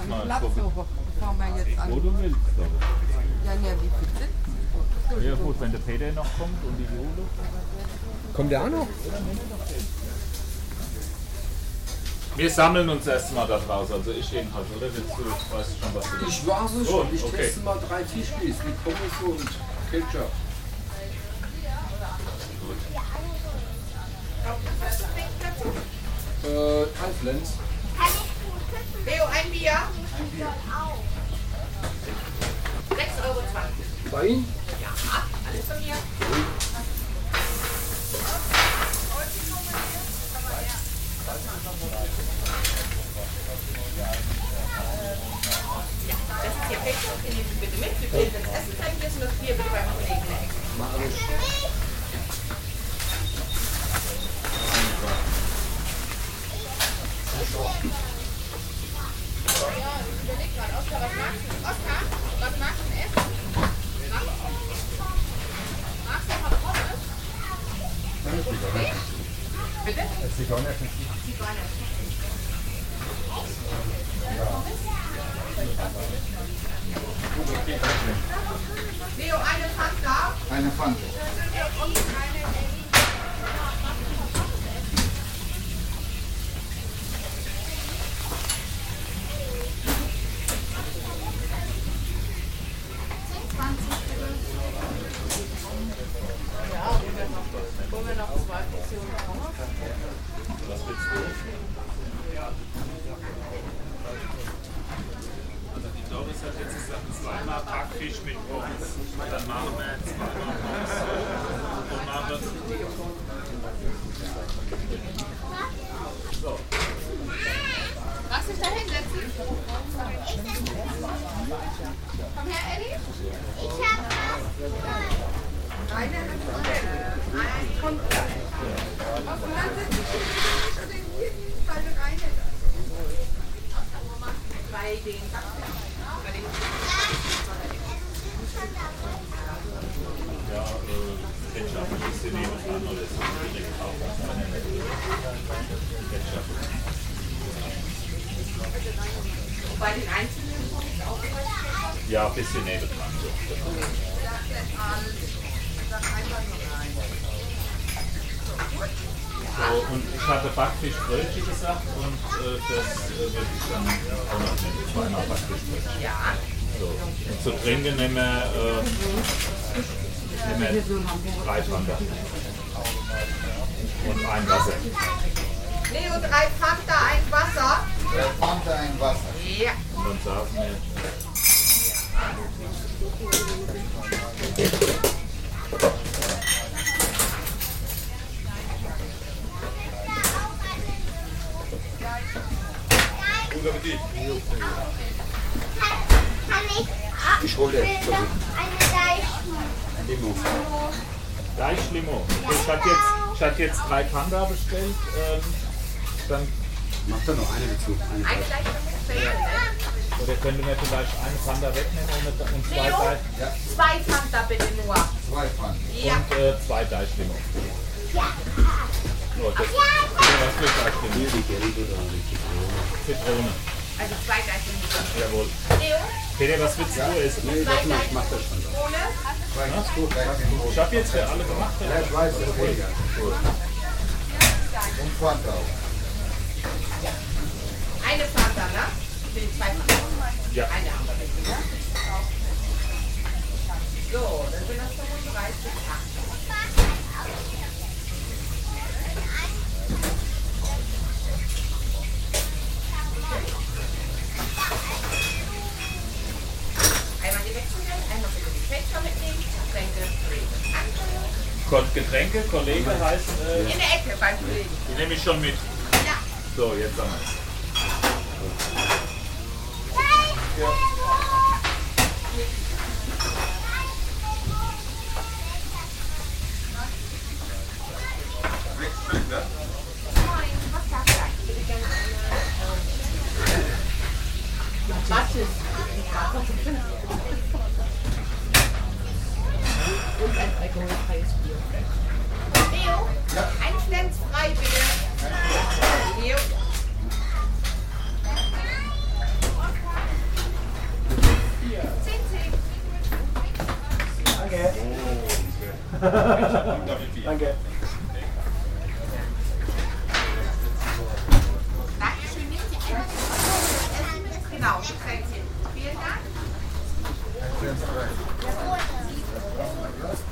mal Platz gucken. so fangen wir jetzt Wo an. du willst, aber. Ja, wie viel sind? Ja gut, wenn der Peter noch kommt und die Jule. Kommt der auch noch? Wir sammeln uns erstmal da draußen, also ich jedenfalls, oder? Willst du, weißt du schon, was du willst? Ich war es schon. Oh, Ich okay. teste mal 3 Fischlis mit Pommes und Ketchup. Alflens. Leo, ein Bier? 6,20 Euro. Bei Ihnen? Ja, alles von mir. Ja, das ist Ihr Päckchen. Den nehmen Sie bitte mit. Wir bringen das Essen rein. Hier ist das Bier bitte beim Kollegen in der Ecke. Mach ich. Überleg gerade, Oskar, was magst du? Oskar, was magst du denn essen? Magst du noch mal Pommes? Bitte? Zigeuner. Zigeuner. Leo, eine Fanta. Eine Pfanne. Und eine wollen wir noch 2 Portionen Pommes? Was willst du? Also die Doris hat jetzt gesagt, 2-mal Backfisch mit Pommes. Dann machen wir 2-mal Pommes. Und machen wir so. Magst du dich da hinsetzen? Komm her, Elli. Eine kommt gleich. Und dann sind die hier die Falle rein. Bei den Ja, Ketchup ein bisschen nehmen kann oder so direkt drauf. Ketchup. bei den einzelnen Pommes auch immer. Ja, ein bisschen neben dran. So. So, und ich hatte Backfischbrötchen gesagt und das würde ich dann auch noch nehmen. 2-mal Backfischbrötchen. Ja. So. Und zu trinken nehmen wir 3 Fanta. Und ein Wasser. Leo, 3 Fanta, ein Wasser. 3 Fanta, ein Wasser. Ja. Und dann sagen wir. Ich hole dir. Limo. Deichslimo. Ich hatte jetzt 3 Panda bestellt. Dann Macht da noch eine dazu. Eine Eine gleich noch oder könnte man vielleicht eine Panda wegnehmen und 2 Leo, Deich 2 Fanta bitte nur. 2 Fanta. Ja. und 2 Deichslimo. So, das was für Deichslimo? Zitrone. Also 2 gleich. Jawohl. Leo, Peter, was willst du essen? Nee, das nicht. Ich mach das schon. ohne. Ich habe jetzt für alle gemacht. Ja, ich weiß, das ist weniger. Und Fanta auch. Eine Fanta, ne? Für die 2 Fanta. Ja. Eine haben wir bitte, ne? So, dann sind das 35. Einmal die Wechselgeld, einmal bitte die Ketchup mitnehmen, Getränke. Getränke, Kollege heißt. In der Ecke beim Kollegen. Die nehme ich schon mit. Ja. So, jetzt haben wir es. Moin, was darf ich? Bitte gerne eine. Was ist? Und ein alkoholfreies Bier. Leo, ein Schlenz frei bitte. Leo. Danke. Danke. Dankeschön. Nehmen Sie einmal das Essen mit? Genau, Getränke. Vielen Dank.